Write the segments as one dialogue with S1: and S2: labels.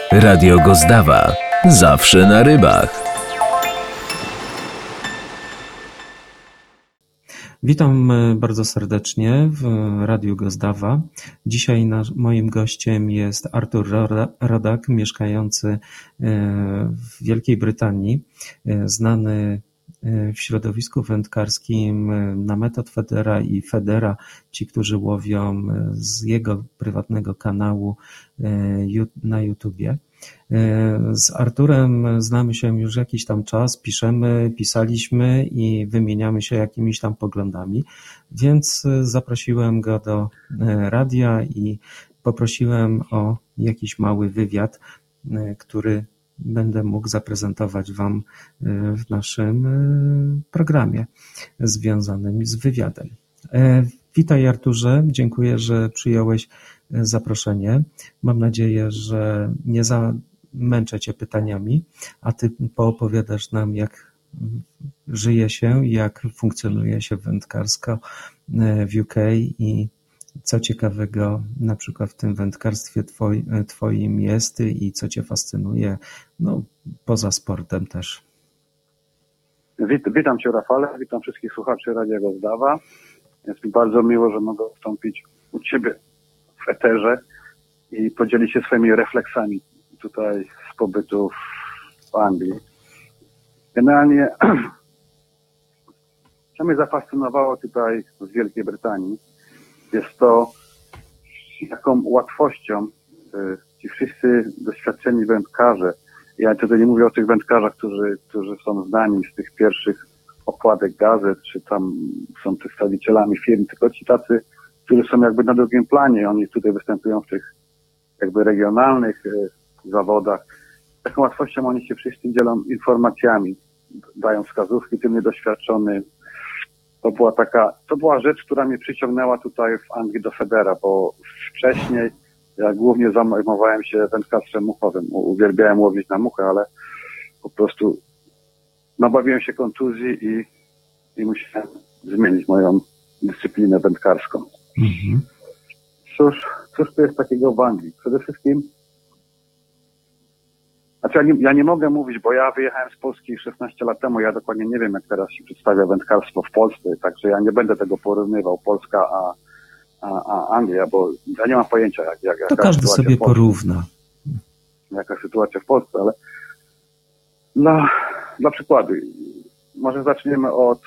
S1: Radio Gozdawa. Zawsze na rybach.
S2: Witam bardzo serdecznie w Radiu Gozdawa. Dzisiaj moim gościem jest Artur Rodak, mieszkający w Wielkiej Brytanii, znany w środowisku wędkarskim na metod Federa i Federa, ci, którzy łowią z jego prywatnego kanału na YouTubie. Z Arturem znamy się już jakiś tam czas, pisaliśmy i wymieniamy się jakimiś tam poglądami, więc zaprosiłem go do radia i poprosiłem o jakiś mały wywiad, który będę mógł zaprezentować Wam w naszym programie związanym z wywiadem. Witaj Arturze, dziękuję, że przyjąłeś zaproszenie. Mam nadzieję, że nie zamęczę Cię pytaniami, a Ty poopowiadasz nam, jak żyje się, jak funkcjonuje się wędkarsko w UK i co ciekawego na przykład w tym wędkarstwie Twoim jest i co Cię fascynuje, no poza sportem też.
S3: Witam Cię, Rafale, witam wszystkich słuchaczy Radia Gozdawa. Jest mi bardzo miło, że mogę wystąpić u Ciebie w eterze i podzielić się swoimi refleksami tutaj z pobytu w Anglii. Generalnie, co mnie zafascynowało tutaj w Wielkiej Brytanii, jest to, jaką łatwością ci wszyscy doświadczeni wędkarze, ja tutaj nie mówię o tych wędkarzach, którzy są znani z tych pierwszych okładek gazet, czy tam są przedstawicielami firm, tylko ci tacy, którzy są jakby na drugim planie, oni tutaj występują w tych jakby regionalnych zawodach. Taką łatwością oni się wszyscy dzielą informacjami, dają wskazówki tym niedoświadczonym. To była rzecz, która mnie przyciągnęła tutaj w Anglii do Federa, bo wcześniej ja głównie zajmowałem się wędkarstwem muchowym. Uwielbiałem łowić na muchę, ale po prostu nabawiłem się kontuzji i musiałem zmienić moją dyscyplinę wędkarską. Mhm. Cóż to jest takiego w Anglii? Przede wszystkim, ja nie mogę mówić, bo ja wyjechałem z Polski 16 lat temu, ja dokładnie nie wiem, jak teraz się przedstawia wędkarstwo w Polsce, także ja nie będę tego porównywał, Polska a Anglia, bo ja nie mam pojęcia, jak
S2: to każdy sobie porówna.
S3: Jaka sytuacja w Polsce, ale dla przykładu, może zaczniemy od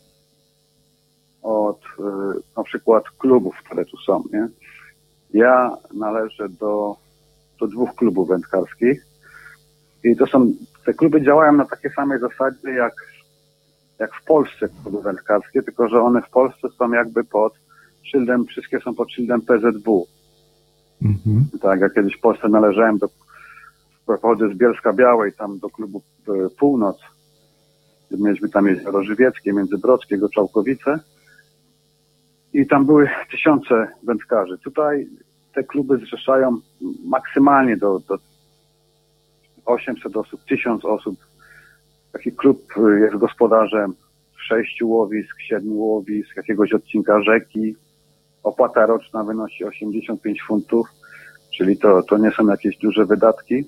S3: na przykład klubów, które tu są, nie? Ja należę do 2 klubów wędkarskich i te kluby działają na takiej samej zasadzie jak w Polsce kluby wędkarskie, tylko że one w Polsce są jakby pod szyldem, wszystkie są pod szyldem PZW. Mhm. Tak, ja kiedyś w Polsce należałem pochodzę z Bielska Białej, tam do klubu Północ. Mieliśmy tam jezioro Żywieckie, Międzybrodzkie, Goczałkowice i tam były tysiące wędkarzy. Tutaj te kluby zrzeszają maksymalnie do 800 osób, 1000 osób. Taki klub jest gospodarzem 6 łowisk, 7 łowisk, jakiegoś odcinka rzeki. Opłata roczna wynosi 85 funtów, czyli to nie są jakieś duże wydatki.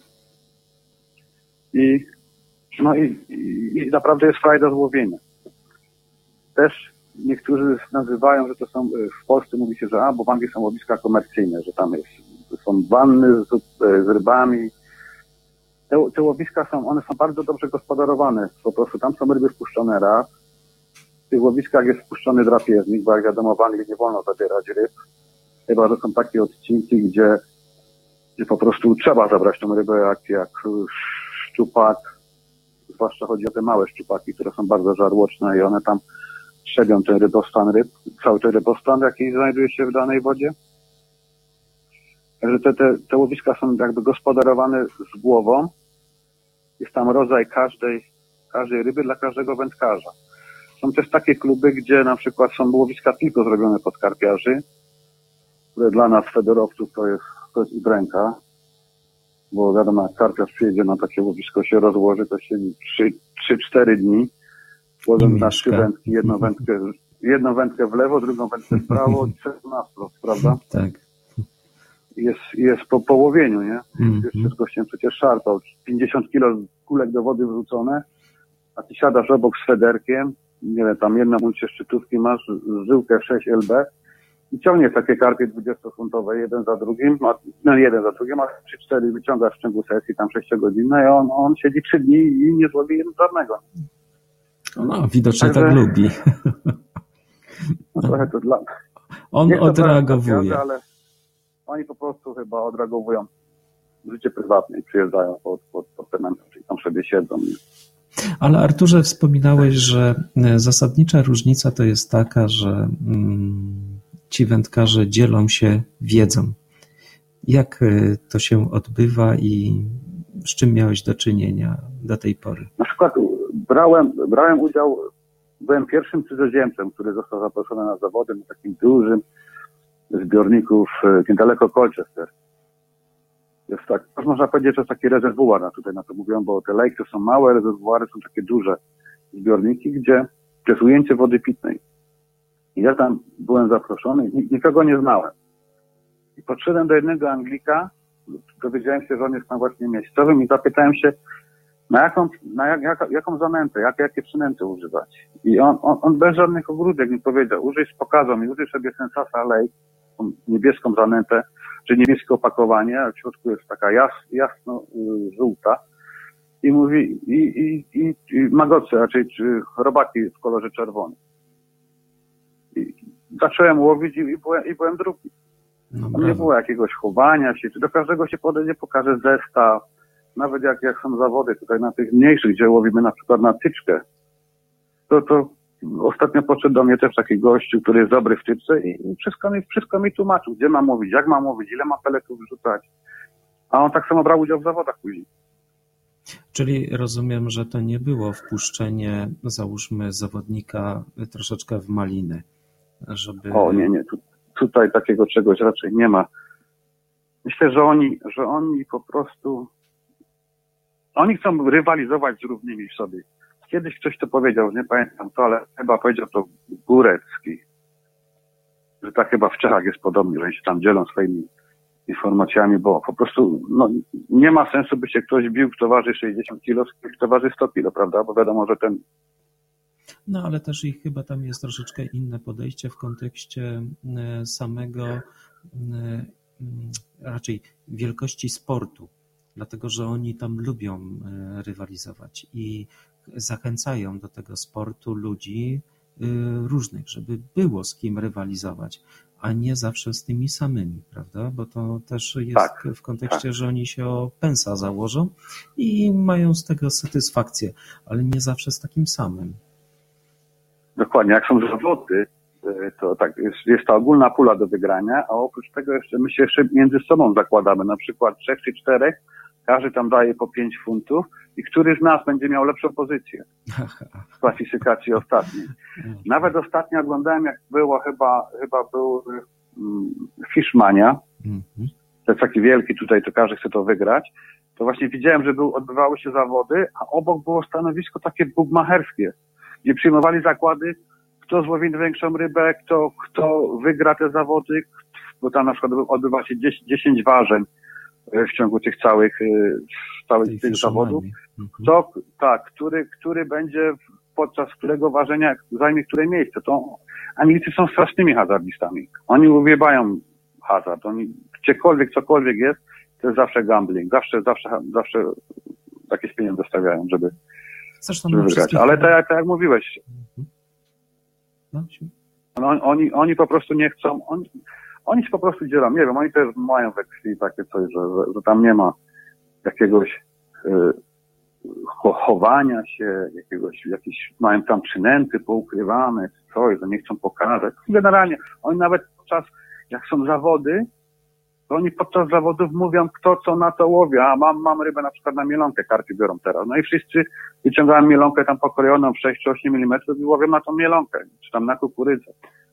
S3: I naprawdę jest frajda z łowienia. Też niektórzy nazywają, że to są, w Polsce mówi się, że bo w Anglii są łowiska komercyjne, że tam są wanny z rybami. Te łowiska one są bardzo dobrze gospodarowane. Po prostu tam są ryby wpuszczone raz. W tych łowiskach jest wpuszczony drapieżnik, bo jak wiadomo w Anglii nie wolno zabierać ryb. Chyba, że są takie odcinki, gdzie po prostu trzeba zabrać tą rybę jak szczupak. Zwłaszcza chodzi o te małe szczupaki, które są bardzo żarłoczne i one tam trzebią ten rybostan ryb, cały ten rybostan, jaki znajduje się w danej wodzie. Także te łowiska są jakby gospodarowane z głową. Jest tam rodzaj każdej ryby dla każdego wędkarza. Są też takie kluby, gdzie na przykład są łowiska tylko zrobione pod karpiarzy, które dla nas, federowców, to jest udręka. Bo wiadomo, jak karpiarz przyjedzie na takie łowisko, się rozłoży, to się 3-4 dni. Łowiąc na 3 wędki, jedną wędkę w lewo, drugą wędkę w prawo, 3 na wprost, prawda?
S2: Tak.
S3: I jest po łowieniu, nie?
S2: Mhm.
S3: Jeszcze z gościem przecież szarpał. 50 kilo kulek do wody wrzucone, a ty siadasz obok z federkiem, nie wiem, tam jedną uliczę szczytówki masz, żyłkę 6 LB i ciągniesz takie karpie 20-funtowe, jeden za drugim, a 3-4 wyciągasz w ciągu sesji, tam 6-godzinnej, on siedzi 3 dni i nie złowi żadnego.
S2: No, widocznie
S3: Także-
S2: tak lubi.
S3: No, trochę to dla...
S2: On
S3: Nie chcę
S2: odreagowuje.
S3: powiedzieć, ale oni po prostu chyba odreagowują w życie prywatne i przyjeżdżają pod te mężczyzn, tam sobie siedzą.
S2: Ale Arturze, wspominałeś, że zasadnicza różnica to jest taka, że ci wędkarze dzielą się wiedzą. Jak to się odbywa i z czym miałeś do czynienia do tej pory?
S3: Na przykład brałem udział, byłem pierwszym cudzoziemcem, który został zaproszony na zawody na takim dużym zbiorniku niedaleko Colchester. Jest tak, można powiedzieć, że to jest taki rezerwuar, tutaj na to mówią, bo te lejki są małe, rezerwuary są takie duże zbiorniki, gdzie jest ujęcie wody pitnej. I ja tam byłem zaproszony, nikogo nie znałem. I podszedłem do jednego Anglika, dowiedziałem się, że on jest tam właśnie miejscowym i zapytałem się, jaką zanętę, jakie przynęty używać. I on bez żadnych ogródek mi powiedział, pokazał mi, użyj sobie Sensasa Lake, tą niebieską zanętę, czy niebieskie opakowanie, a w środku jest taka jasno żółta. I mówi, i magoce, raczej czy robaki w kolorze czerwonym. I zacząłem łowić i byłem drugi.
S2: No,
S3: Tam nie było jakiegoś chowania się, czy do każdego się podejdzie, pokaże zestaw. Nawet jak są zawody tutaj na tych mniejszych, gdzie łowimy na przykład na tyczkę, to ostatnio podszedł do mnie też taki gościu, który jest dobry w tyczce i wszystko mi tłumaczył, gdzie mam łowić, jak mam łowić, ile mam peletów wrzucać. A on tak samo brał udział w zawodach później.
S2: Czyli rozumiem, że to nie było wpuszczenie, załóżmy, zawodnika troszeczkę w maliny, żeby...
S3: O, nie. Tutaj takiego czegoś raczej nie ma. Myślę, że oni po prostu... Oni chcą rywalizować z równymi w sobie. Kiedyś ktoś to powiedział, nie pamiętam to, ale chyba powiedział to Górecki, że tak chyba w Czechach jest podobnie, że oni się tam dzielą swoimi informacjami, bo po prostu nie ma sensu, by się ktoś bił, kto waży 60 kg, kto waży 100 kg, prawda? Bo wiadomo, że ten...
S2: No ale też ich chyba tam jest troszeczkę inne podejście w kontekście samego raczej wielkości sportu, dlatego że oni tam lubią rywalizować i zachęcają do tego sportu ludzi różnych, żeby było z kim rywalizować, a nie zawsze z tymi samymi, prawda? Bo to też jest
S3: Tak,
S2: w kontekście, że oni się o pensa założą i mają z tego satysfakcję, ale nie zawsze z takim samym.
S3: Dokładnie, jak są zawody, to tak, jest ta ogólna pula do wygrania, a oprócz tego my się jeszcze między sobą zakładamy, na przykład 3 czy 4, każdy tam daje po 5 funtów i któryś z nas będzie miał lepszą pozycję w klasyfikacji ostatniej. Nawet ostatnio oglądałem, jak było chyba był Fishmania, to jest taki wielki tutaj, to każdy chce to wygrać, to właśnie widziałem, że odbywały się zawody, a obok było stanowisko takie bugmacherskie, gdzie przyjmowali zakłady, kto złowi większą rybę, kto wygra te zawody, bo tam na przykład odbywa się 10 ważeń w ciągu tych całych tych zawodów. Który będzie podczas którego ważenia zajmie które miejsce. To Anglicy są strasznymi hazardistami. Oni uwielbiają hazard. Oni cokolwiek jest, to jest zawsze gambling. Zawsze jakieś pieniądze stawiają, żeby wygrać. Ale tak jak mówiłeś, oni po prostu nie chcą, oni się po prostu dzielą. Nie wiem, oni też mają we krwi takie coś, że tam nie ma jakiegoś chowania się, jakieś mają tam przynęty poukrywane, coś, że nie chcą pokazać. Generalnie oni nawet jak są zawody, to oni podczas zawodów mówią, kto co na to łowi, a mam rybę na przykład na mielonkę, karpie biorą teraz. No i wszyscy wyciągają mielonkę tam pokrojoną w 6 czy 8 mm i łowią na tą mielonkę, czy tam na kukurydzę.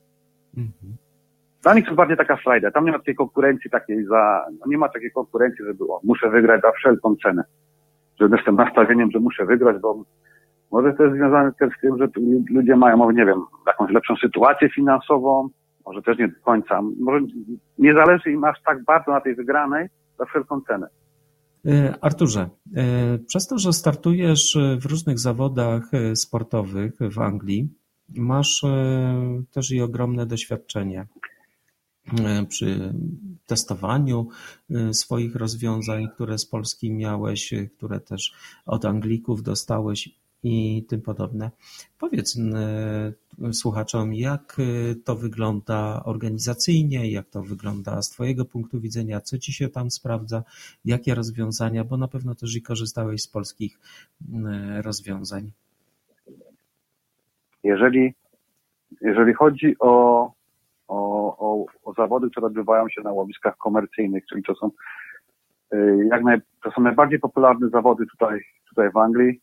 S3: Dla nich to bardziej taka frajda. Tam nie ma takiej konkurencji nie ma takiej konkurencji, żeby muszę wygrać za wszelką cenę. Że jestem nastawieniem, że muszę wygrać, bo może to jest związane też z tym, że ludzie mają, nie wiem, jakąś lepszą sytuację finansową, może też nie do końca, może nie zależy im aż tak bardzo na tej wygranej za wszelką cenę.
S2: Arturze, przez to, że startujesz w różnych zawodach sportowych w Anglii, masz też i ogromne doświadczenie przy testowaniu swoich rozwiązań, które z Polski miałeś, które też od Anglików dostałeś i tym podobne. Powiedz słuchaczom, jak to wygląda organizacyjnie, jak to wygląda z Twojego punktu widzenia, co Ci się tam sprawdza, jakie rozwiązania, bo na pewno też i korzystałeś z polskich rozwiązań.
S3: Jeżeli chodzi o zawody, które odbywają się na łowiskach komercyjnych, czyli to są najbardziej popularne zawody tutaj w Anglii.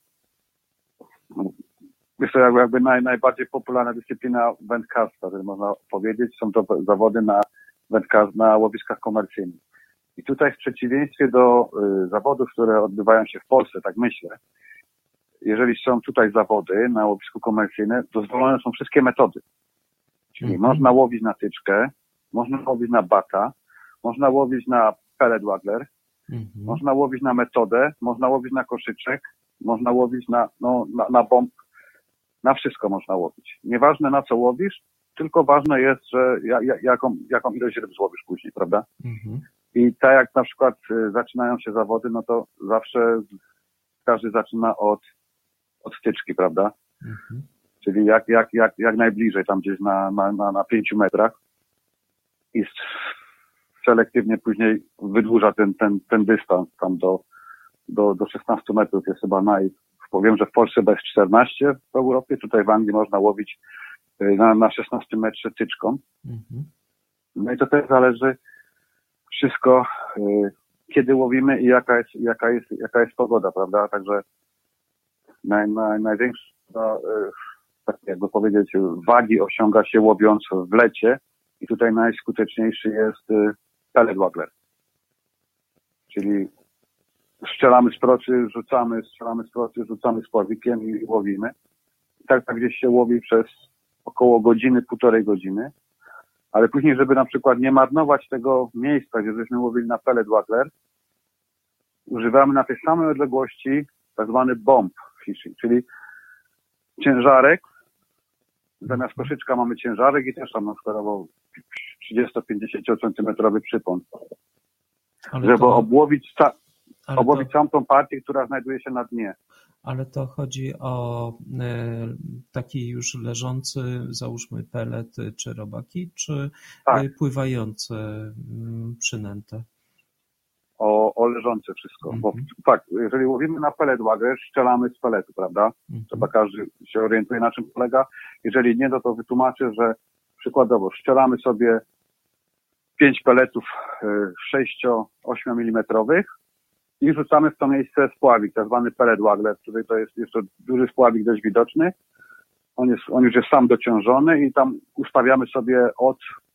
S3: Jest to jakby najbardziej popularna dyscyplina wędkarstwa, tak można powiedzieć. Są to zawody na łowiskach komercyjnych. I tutaj w przeciwieństwie do zawodów, które odbywają się w Polsce, tak myślę, jeżeli są tutaj zawody na łowisku komercyjnym, dozwolone są wszystkie metody. Czyli można łowić na tyczkę, można łowić na bata, można łowić na pellet waggler, można łowić na metodę, można łowić na koszyczek, można łowić na bomb, na wszystko można łowić. Nieważne na co łowisz, tylko ważne jest, że jaką ilość ryb złowisz później, prawda? I tak jak na przykład zaczynają się zawody, no to zawsze każdy zaczyna od tyczki, prawda? Czyli jak najbliżej, tam gdzieś na 5 metrach i selektywnie później wydłuża ten dystans tam do 16 metrów jest chyba powiem, że w Polsce bez 14 w Europie, tutaj w Anglii można łowić na 16 metrze tyczką. No i to też zależy wszystko, kiedy łowimy i jaka jest pogoda, prawda? Także największa, tak jakby powiedzieć, wagi osiąga się łowiąc w lecie i tutaj najskuteczniejszy jest pellet waggler. Czyli strzelamy z procy, strzelamy z procy, rzucamy spławikiem i łowimy. I tak gdzieś się łowi przez około godziny, 1,5 godziny. Ale później, żeby na przykład nie marnować tego miejsca, gdzie żeśmy łowili na pellet waggler, używamy na tej samej odległości tak zwany bomb fishing, czyli ciężarek. Zamiast koszyczka mamy ciężarek i też tam na przykład 30-50 centymetrowy przypon. Żeby obłowić całą tą partię, która znajduje się na dnie.
S2: Ale to chodzi o taki już leżący, załóżmy pelet czy robaki, czy pływające przynęte?
S3: O leżące wszystko. Bo tak, jeżeli łowimy na pellet waggler, strzelamy z peletu, prawda? Trzeba każdy się orientuje, na czym polega. Jeżeli nie, to wytłumaczę, że przykładowo strzelamy sobie 5 peletów 6-8 mm i rzucamy w to miejsce spławik, tak zwany pellet waggler, który jest to duży spławik dość widoczny. On już jest sam dociążony i tam ustawiamy sobie od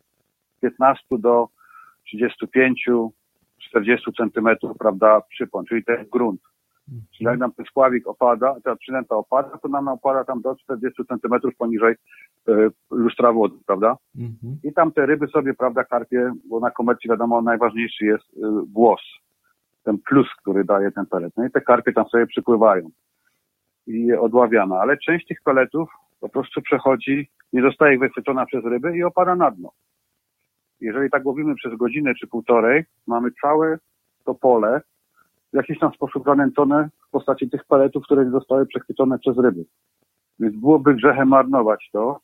S3: 15 do 35 40 centymetrów, prawda, przypon, czyli ten grunt. Czyli jak nam ten spławik opada, ta przynęta opada, to nam opada tam do 40 centymetrów poniżej lustra wody, prawda? I tam te ryby sobie, prawda, karpie, bo na komercji wiadomo najważniejszy jest głos, ten plus, który daje ten pelet. No i te karpie tam sobie przypływają i je odławiamy, ale część tych peletów po prostu przechodzi, nie zostaje wychwycona przez ryby i opada na dno. Jeżeli tak łowimy przez godzinę czy 1,5, mamy całe to pole w jakiś tam sposób zanęcone w postaci tych peletów, które nie zostały przechwycone przez ryby. Więc byłoby grzechem marnować to,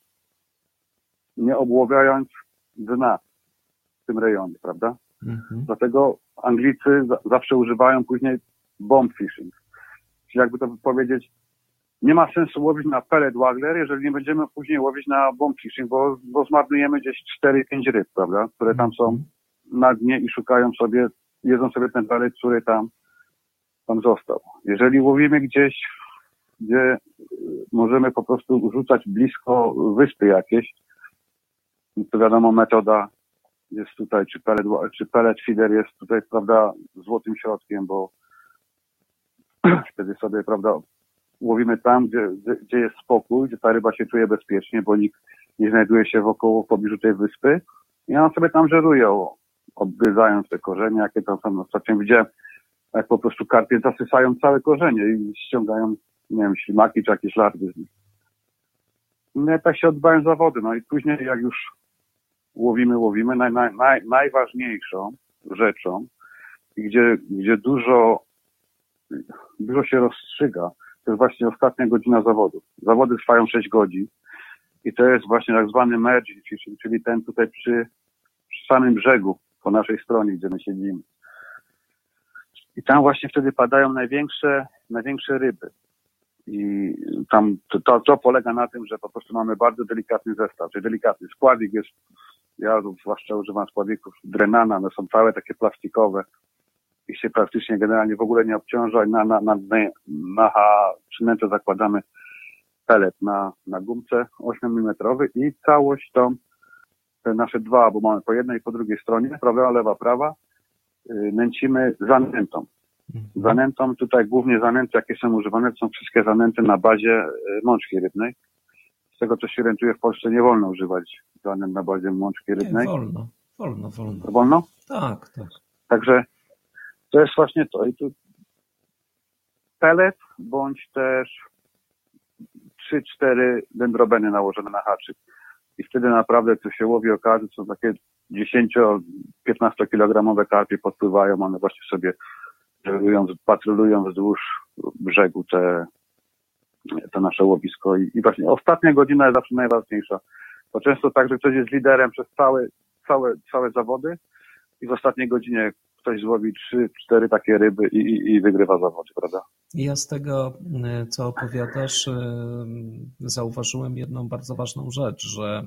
S3: nie obławiając dna w tym rejonie, prawda? Dlatego Anglicy zawsze używają później bomb fishing. Czyli jakby to powiedzieć, nie ma sensu łowić na pellet waggler, jeżeli nie będziemy później łowić na bomb fishing, bo zmarnujemy gdzieś 4-5 ryb, prawda? Które tam są na dnie i szukają sobie, jedzą sobie ten pelet, który tam został. Jeżeli łowimy gdzieś, gdzie możemy po prostu rzucać blisko wyspy jakieś, to wiadomo, metoda jest tutaj, czy pellet feeder jest tutaj, prawda, złotym środkiem, bo wtedy sobie, prawda, łowimy tam, gdzie jest spokój, gdzie ta ryba się czuje bezpiecznie, bo nikt nie znajduje się w pobliżu tej wyspy i one sobie tam żerują, obgryzając te korzenie, jakie tam są. Ostatnio widziałem, jak po prostu karpie zasysają całe korzenie i ściągają, nie wiem, ślimaki czy jakieś larwy z nich. No i tak się odbywają zawody. No i później jak już łowimy, najważniejszą rzeczą, gdzie dużo się rozstrzyga, to jest właśnie ostatnia godzina zawodów. Zawody trwają 6 godzin i to jest właśnie tak zwany merge, czyli ten tutaj przy samym brzegu, po naszej stronie, gdzie my siedzimy. I tam właśnie wtedy padają największe ryby. I tam to polega na tym, że po prostu mamy bardzo delikatny zestaw, czyli delikatny składnik jest, ja zwłaszcza używam składników Drenana, one są całe takie plastikowe i się praktycznie generalnie w ogóle nie obciąża. Na przynętę zakładamy pelet na gumce 8 mm i całość te nasze dwa, bo mamy po jednej i po drugiej stronie, prawa, lewa, prawa, nęcimy zanętą. Zanętą, tutaj głównie zanęty, jakie są używane, to są wszystkie zanęty na bazie mączki rybnej. Z tego, co się orientuję, w Polsce nie wolno używać zanęt na bazie mączki rybnej.
S2: Nie, wolno.
S3: Wolno?
S2: Tak.
S3: Także to jest właśnie to. I tu pelet, bądź też 3-4 dendrobeny nałożone na haczyk. I wtedy naprawdę, co się łowi okazy, są takie 10-15 kilogramowe karpie podpływają, one właśnie sobie patrolują wzdłuż brzegu to nasze łowisko. I właśnie ostatnia godzina jest zawsze najważniejsza. Bo często tak, że ktoś jest liderem przez całe zawody i w ostatniej godzinie ktoś złowi 3-4 takie ryby i wygrywa zawody, prawda?
S2: Ja z tego, co opowiadasz, zauważyłem jedną bardzo ważną rzecz, że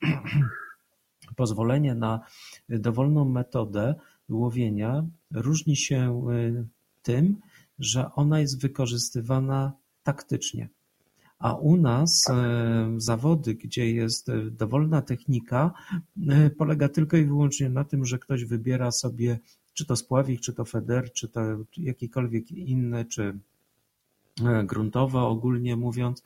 S2: pozwolenie na dowolną metodę łowienia różni się tym, że ona jest wykorzystywana taktycznie. A u nas zawody, gdzie jest dowolna technika, polega tylko i wyłącznie na tym, że ktoś wybiera sobie czy to spławik, czy to feder, czy to jakikolwiek inny, czy gruntowo ogólnie mówiąc,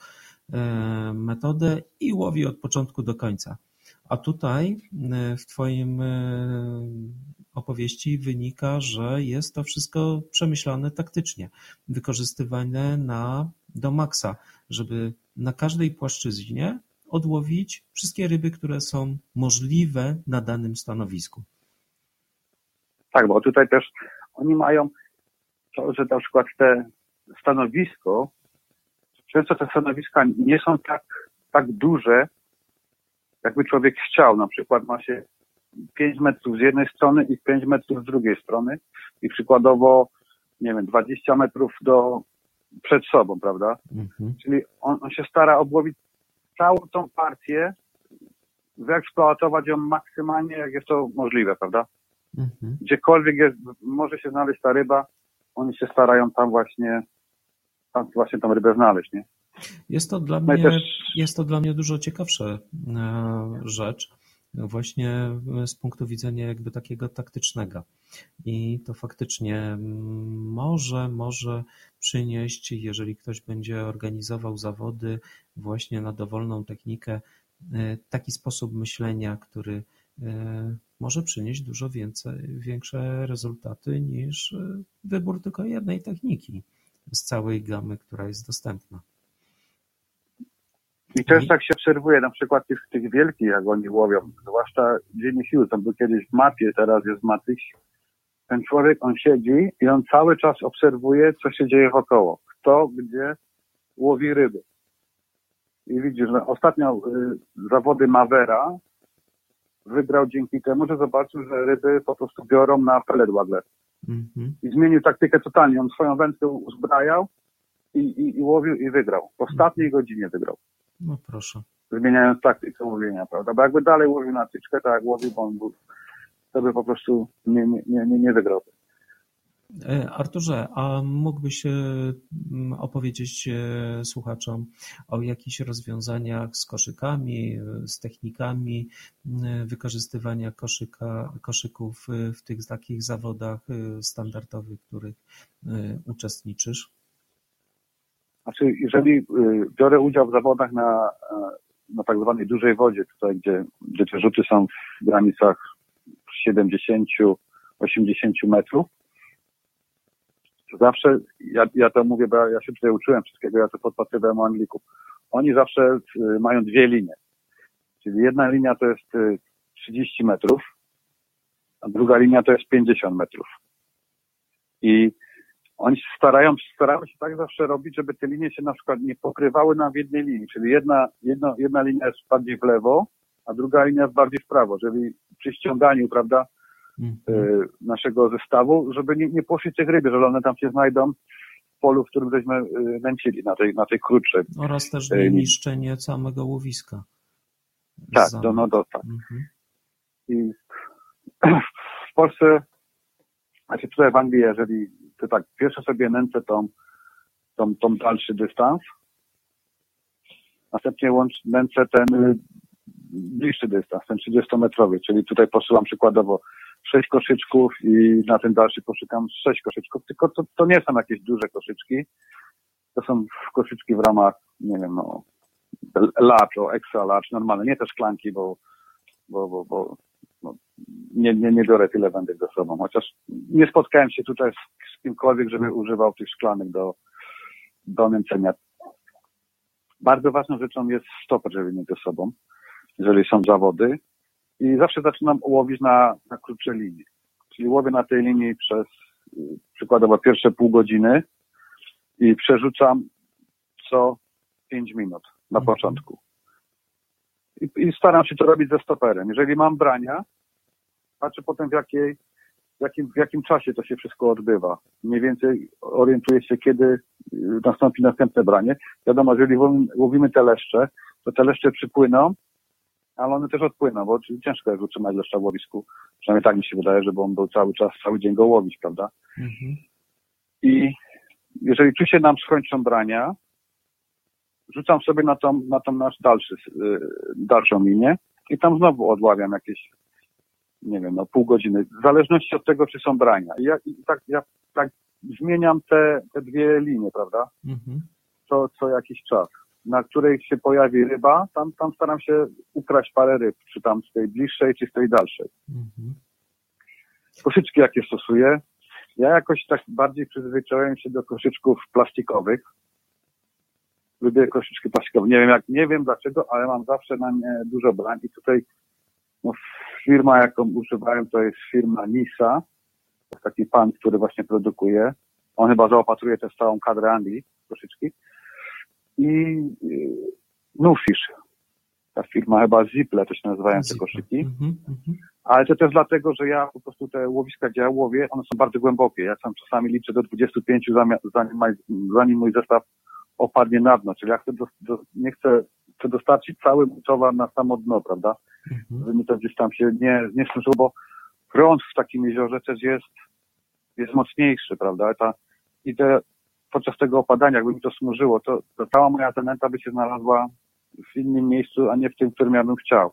S2: metodę i łowi od początku do końca. A tutaj w Twoim opowieści wynika, że jest to wszystko przemyślane taktycznie, wykorzystywane do maksa, żeby na każdej płaszczyźnie odłowić wszystkie ryby, które są możliwe na danym stanowisku.
S3: Tak, bo tutaj też oni mają to, że na przykład te stanowisko, często te stanowiska nie są tak duże, jakby człowiek chciał. Na przykład ma się 5 metrów z jednej strony i 5 metrów z drugiej strony i przykładowo, nie wiem, 20 metrów przed sobą, prawda? Mhm. Czyli on się stara obłowić całą tą partię, wyeksploatować ją maksymalnie, jak jest to możliwe, prawda? Mhm. Gdziekolwiek może się znaleźć ta ryba, oni się starają tam właśnie tą rybę znaleźć, nie?
S2: Jest to dla mnie dużo ciekawsza rzecz, właśnie z punktu widzenia jakby takiego taktycznego. I to faktycznie może przynieść, jeżeli ktoś będzie organizował zawody właśnie na dowolną technikę, taki sposób myślenia, który może przynieść dużo większe rezultaty niż wybór tylko jednej techniki z całej gamy, która jest dostępna.
S3: I też tak się obserwuje, na przykład tych wielkich, jak oni łowią, zwłaszcza Jimmy Hughes, on był kiedyś w mapie, teraz jest w Matyś. Ten człowiek, on siedzi i on cały czas obserwuje, co się dzieje wokoło. Kto, gdzie łowi ryby. I widzisz, że ostatnio zawody Mavera wygrał dzięki temu, że zobaczył, że ryby po prostu biorą na pellet wagle. Mm-hmm. I zmienił taktykę totalnie. On swoją wędkę uzbrajał i łowił i wygrał. W ostatniej godzinie wygrał.
S2: No proszę.
S3: Zmieniając taktykę łowienia, prawda? Bo jakby dalej łowił na tyczkę, tak jak łowił, bo on był, to by po prostu nie wygrał.
S2: Arturze, a mógłbyś opowiedzieć słuchaczom o jakichś rozwiązaniach z koszykami, z technikami wykorzystywania koszyków w tych takich zawodach standardowych, w których uczestniczysz?
S3: Znaczy, jeżeli biorę udział w zawodach na tak zwanej dużej wodzie, tutaj, gdzie te rzuty są w granicach 70-80 metrów. Zawsze, ja to mówię, bo ja się tutaj uczyłem wszystkiego, ja to podpatrywałem u Anglików. Oni zawsze mają dwie linie. Czyli jedna linia to jest 30 metrów, a druga linia to jest 50 metrów. I oni starają się tak zawsze robić, żeby te linie się na przykład nie pokrywały nam w jednej linii. Czyli jedna linia jest bardziej w lewo, a druga linia jest bardziej w prawo, żeby przy ściąganiu, prawda, naszego zestawu, żeby nie poszli tych ryby, że one tam się znajdą w polu, w którym żeśmy nęcili, na tej krótszej.
S2: Oraz też nie niszczenie samego łowiska.
S3: Tak, tak. I w Polsce, znaczy tutaj w Anglii, jeżeli to tak, pierwsze sobie nęcę tą dalszy dystans, następnie nęcę ten bliższy dystans, ten 30-metrowy, czyli tutaj posyłam przykładowo 6 koszyczków i na ten dalszy poszukam 6 koszyczków, tylko to nie są jakieś duże koszyczki, to są koszyczki w ramach, nie wiem, large, extra large, normalne, nie te szklanki, bo nie biorę tyle wędek ze sobą, chociaż nie spotkałem się tutaj z kimkolwiek, żeby używał tych szklanek do nęcenia. Bardzo ważną rzeczą jest stoper, żeby mieć ze sobą, jeżeli są zawody. I zawsze zaczynam łowić na krótsze linie. Czyli łowię na tej linii przez przykładowo pierwsze pół godziny i przerzucam co 5 minut na początku. I staram się to robić ze stoperem. Jeżeli mam brania, patrzę potem w jakim czasie to się wszystko odbywa. Mniej więcej orientuję się, kiedy nastąpi następne branie. Wiadomo, jeżeli łowimy te leszcze, to te leszcze przypłyną, ale one też odpłyną, bo ciężko jest utrzymać leszcza w łowisku. Przynajmniej tak mi się wydaje, żeby on był cały czas, cały dzień go łowić, prawda? I jeżeli tu się nam skończą brania, rzucam sobie na tą nasz dalszą linię i tam znowu odławiam jakieś, nie wiem, pół godziny, w zależności od tego, czy są brania. I ja tak zmieniam te dwie linie, prawda? Co jakiś czas. Na której się pojawi ryba, tam staram się ukraść parę ryb, czy tam z tej bliższej, czy z tej dalszej. Koszyczki jakie stosuję? Ja jakoś tak bardziej przyzwyczaiłem się do koszyczków plastikowych. Lubię koszyczki plastikowe. Nie wiem dlaczego, ale mam zawsze na nie dużo brań i tutaj firma, jaką używałem, to jest firma Nisa. To jest taki pan, który właśnie produkuje. On chyba zaopatruje tę całą kadrę Anglii, koszyczki. I Nufish. Ta firma chyba Zipple, to się nazywają te koszyki. Ale to też dlatego, że ja po prostu te łowiska, gdzie ja łowię, one są bardzo głębokie. Ja tam czasami liczę do 25, zanim mój zestaw opadnie na dno. Czyli ja chcę dostarczyć cały towar na samo dno, prawda? Żeby mi to gdzieś tam się nie snużyło, bo prąd w takim jeziorze też jest mocniejszy, prawda? Podczas tego opadania, jakby mi to smużyło, to cała moja zanęta by się znalazła w innym miejscu, a nie w tym, w którym ja bym chciał.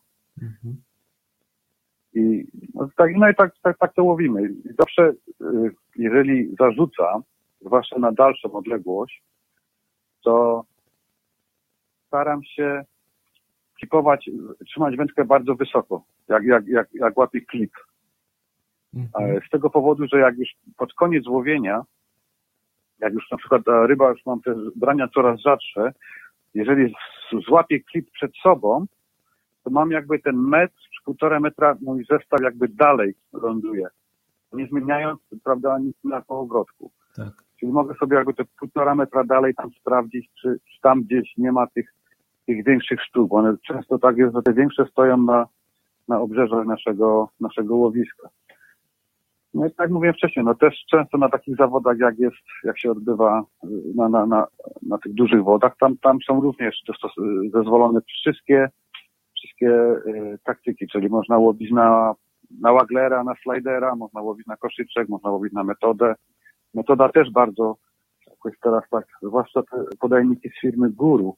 S3: I tak to łowimy. I zawsze, jeżeli zarzucam, zwłaszcza na dalszą odległość, to staram się klipować, trzymać wędkę bardzo wysoko, jak łapie klip. Z tego powodu, że jak już pod koniec łowienia, jak już na przykład ta ryba, już mam te brania coraz rzadsze, jeżeli złapię klip przed sobą, to mam jakby ten metr czy 1,5 metra, mój zestaw jakby dalej ląduje. Nie zmieniając, prawda, nic na kołowrotku. Tak. Czyli mogę sobie jakby te 1,5 metra dalej tam sprawdzić, czy tam gdzieś nie ma tych większych sztuk, bo one często tak jest, że te większe stoją na obrzeżach naszego łowiska. No i tak mówiłem wcześniej, też często na takich zawodach, jak się odbywa na tych dużych wodach, tam są również zezwolone wszystkie taktyki, czyli można łowić na waglera, na slidera, można łowić na koszyczek, można łowić na metodę. Metoda też bardzo, jakoś teraz tak, zwłaszcza te podajniki z firmy Guru,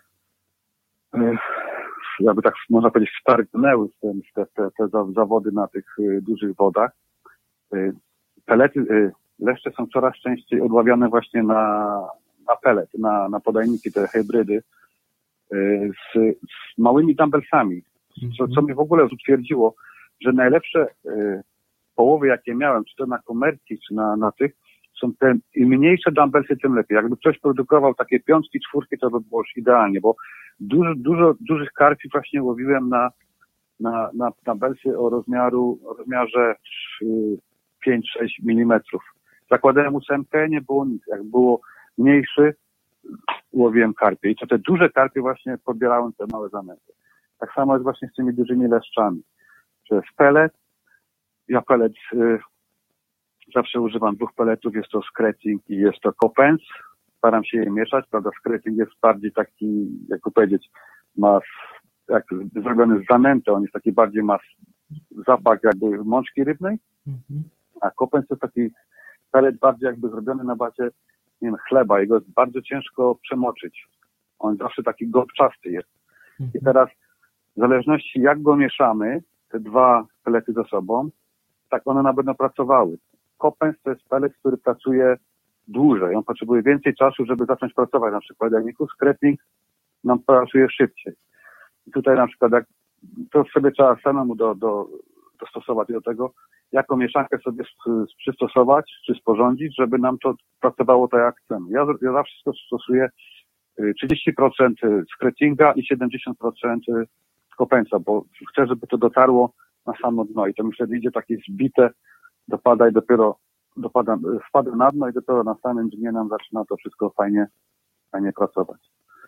S3: jakby tak można powiedzieć, wtargnęły te zawody na tych dużych wodach. Pelety, leszcze są coraz częściej odławiane właśnie na pelet, na podajniki, te hybrydy. z małymi dumbbellsami, co mnie w ogóle utwierdziło, że najlepsze połowy, jakie miałem, czy to na komercji, czy na tych, są te im mniejsze dumbbellsy, tym lepiej. Jakby ktoś produkował takie 5, 4, to by było już idealnie, bo dużo dużych karpi właśnie łowiłem na dumbbellsy o rozmiarze 5-6 mm. Zakładałem 8, nie było nic. Jak było mniejszy, łowiłem karpie. I to te duże karpie właśnie pobierałem te małe zanęty. Tak samo jest właśnie z tymi dużymi leszczami. To jest pelet. Ja pelet zawsze używam 2 peletów. Jest to skretting i jest to kopens. Staram się je mieszać, prawda? Skretting jest bardziej taki, jak to powiedzieć, jak zrobiony z zanęty. On jest taki bardziej, ma zapach jakby mączki rybnej. A kopens to jest taki pelet bardziej jakby zrobiony na bazie, nie wiem, chleba. Jego jest bardzo ciężko przemoczyć. On zawsze taki gąbczasty jest. I teraz w zależności jak go mieszamy, te 2 pelety ze sobą, tak one będą pracowały. Kopens to jest pelet, który pracuje dłużej. On potrzebuje więcej czasu, żeby zacząć pracować. Na przykład jak skretting nam pracuje szybciej. I tutaj na przykład jak to sobie trzeba samemu dostosować do tego, jaką mieszankę sobie przystosować, czy sporządzić, żeby nam to pracowało tak jak chcemy. Ja zawsze stosuję 30% skrettinga i 70% kopensa, bo chcę, żeby to dotarło na samo dno i to mi wtedy idzie takie zbite, dopada i dopiero spada na dno i dopiero na samym dnie nam zaczyna to wszystko fajnie pracować.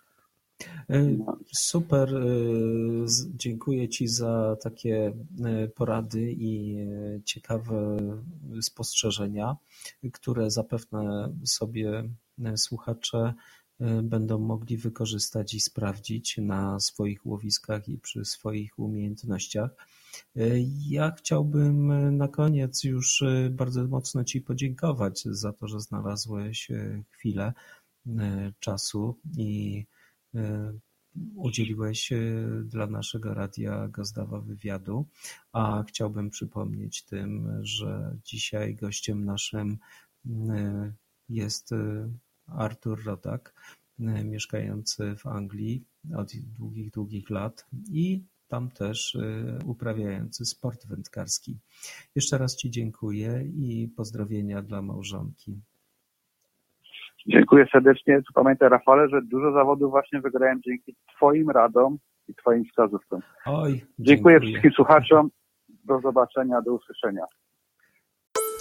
S2: Super, dziękuję Ci za takie porady i ciekawe spostrzeżenia, które zapewne sobie słuchacze będą mogli wykorzystać i sprawdzić na swoich łowiskach i przy swoich umiejętnościach. Ja chciałbym na koniec już bardzo mocno Ci podziękować za to, że znalazłeś chwilę czasu i udzieliłeś dla naszego Radia Gazdawa wywiadu, a chciałbym przypomnieć tym, że dzisiaj gościem naszym jest Artur Rodak, mieszkający w Anglii od długich lat i tam też uprawiający sport wędkarski. Jeszcze raz Ci dziękuję i pozdrowienia dla małżonki.
S3: Dziękuję serdecznie. Pamiętaj, Rafale, że dużo zawodów właśnie wygrałem dzięki Twoim radom i Twoim wskazówkom. Dziękuję wszystkim słuchaczom. Do zobaczenia, do usłyszenia.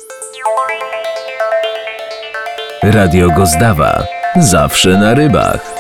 S1: Radio Gozdawa. Zawsze na rybach.